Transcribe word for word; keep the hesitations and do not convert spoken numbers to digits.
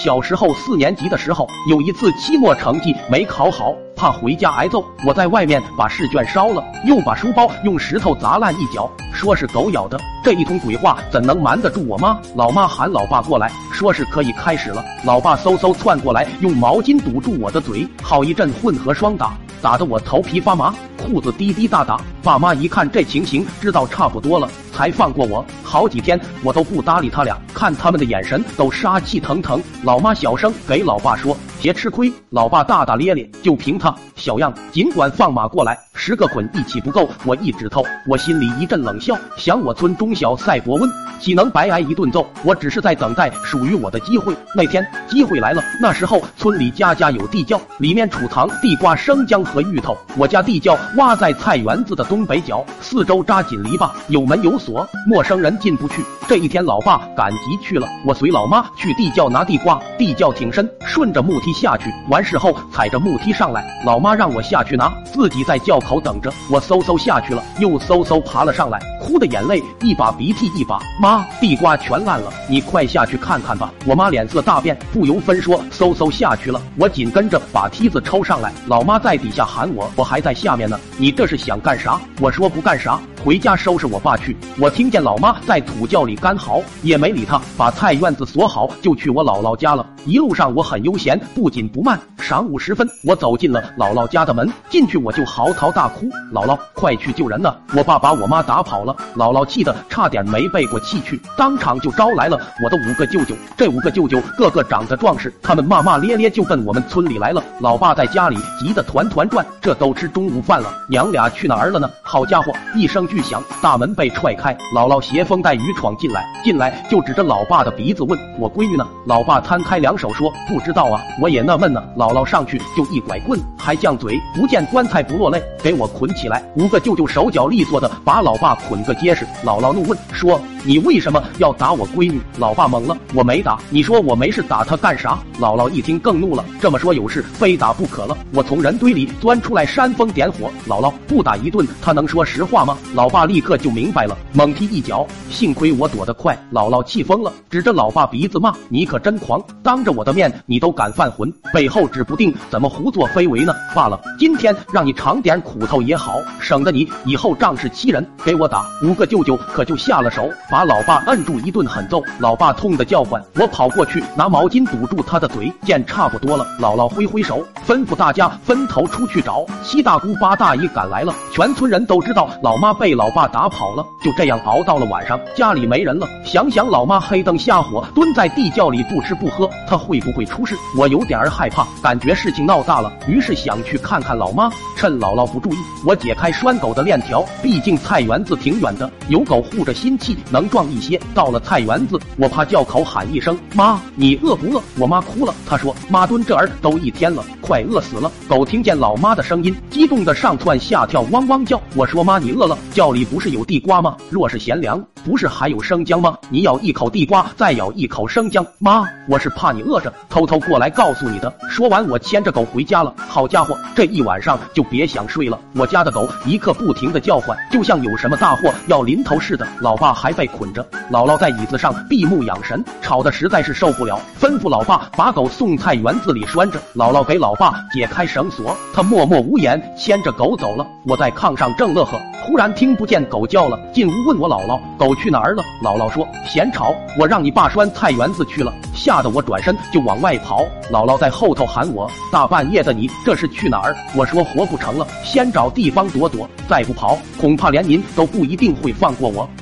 小时候四年级的时候，有一次期末成绩没考好，怕回家挨揍，我在外面把试卷烧了，又把书包用石头砸烂一角，说是狗咬的。这一通鬼话怎能瞒得住我妈？老妈喊老爸过来，说是可以开始了。老爸嗖嗖窜过来，用毛巾堵住我的嘴，好一阵混合双打，打得我头皮发麻，裤子滴滴答答。爸妈一看这情形，知道差不多了，才放过我。好几天我都不搭理他俩，看他们的眼神都杀气腾腾。老妈小声给老爸说，别吃亏。老爸大大咧咧，就凭他小样，尽管放马过来，十个捆一起不够我一指头。我心里一阵冷笑，想我村中小赛博温，岂能白挨一顿揍？我只是在等待属于我的机会。那天机会来了，那时候村里家家有地窖，里面储藏地瓜、生姜和芋头。我家地窖挖在菜园子的东北角，四周扎紧篱笆，有门有锁，陌生人进不去。这一天老爸赶集去了，我随老妈去地窖拿地瓜。地窖挺深，顺着木梯下去，完事后踩着木梯上来。老妈让我下去拿，自己在窖口等着。我嗖嗖下去了，又嗖嗖爬了上来，哭的眼泪一把鼻涕一把。妈，地瓜全烂了，你快下去看看吧。我妈脸色大变，不由分说嗖嗖下去了。我紧跟着把梯子抽上来，老妈在底下喊我，我还在下面呢，你这是想干啥？我说不干啥，回家收拾我爸去。我听见老妈在土窖里干嚎，也没理她，把菜院子锁好，就去我姥姥家了。一路上我很悠闲，不紧不慢。晌午时分，我走进了姥姥家的门，进去我就嚎啕大哭，姥姥快去救人呐！我爸把我妈打跑了，姥姥气得差点没背过气去，当场就招来了我的五个舅舅。这五个舅舅个个长得壮实，他们骂骂咧咧就奔我们村里来了。老爸在家里急得团团转，这都吃中午饭了，娘俩去哪儿了呢？好家伙，一声巨响，大门被踹开，姥姥携风带雨闯进来，进来就指着老爸的鼻子问，我闺女呢？老爸摊开两手说，不知道啊，我也纳闷呢。姥姥上去就一拐棍，还犟嘴，不见棺材不落泪，给我捆起来。五个舅舅手脚利索的把老爸捆个结实。姥姥怒问说，你为什么要打我闺女？老爸懵了，我没打，你说我没事打她干啥？姥姥一听更怒了，这么说有事非打不可了。我从人堆里钻出来煽风点火，姥姥不打一顿他能说实话吗？老爸立刻就明白了，猛踢一脚，幸亏我躲得快。姥姥气疯了，指着老爸鼻子骂，你可真狂，当着我的面你都敢犯浑，背后指不定怎么胡作非为呢。罢了，今天让你尝点苦头也好，省得你以后仗势欺人，给我打。五个舅舅可就下了手，把老爸摁住一顿狠揍。老爸痛得叫唤，我跑过去拿毛巾堵住他的嘴。见差不多了，姥姥挥挥手，吩咐大家分头出去找。七大姑八大姨赶来了，全村人都知道老妈被老爸打跑了。就这样熬到了晚上，家里没人了。想想老妈黑灯瞎火蹲在地窖里不吃不喝，她会不会出事？我有点害怕，感觉事情闹大了，于是想去看看老妈。趁姥姥不注意，我解开拴狗的链条，毕竟菜园子挺远的，有狗护着心气能壮一些。到了菜园子，我怕叫口喊一声，妈，你饿不饿？我妈哭了，她说，妈蹲这儿都一天了，快饿死了。狗听见老妈的声音，激动的上蹿下跳，汪汪叫。我说，妈，你饿了？窖里不是有地瓜吗？若是嫌凉，不是还有生姜吗？你咬一口地瓜，再咬一口生姜。妈，我是怕你饿着，偷偷过来告诉你的。说完，我牵着狗回家了。好家伙，这一晚上就别想睡了，我家的狗一刻不停的叫唤，就像有什么大祸要临头似的。老爸还被捆着，姥姥在椅子上闭目养神，吵得实在是受不了，吩咐老爸把狗送菜园子里拴着。姥姥给老爸解开绳索，他默默无言牵着狗走了。我在炕上正乐呵，忽然听不见狗叫了，进屋问我姥姥，狗去哪儿了？姥姥说，嫌吵，我让你爸拴菜园子去了。吓得我转身就往外跑，姥姥在后头喊我，大半夜的你这是去哪儿？我说活不成了，先找地方躲躲，再不跑恐怕连您都不一定会放过我。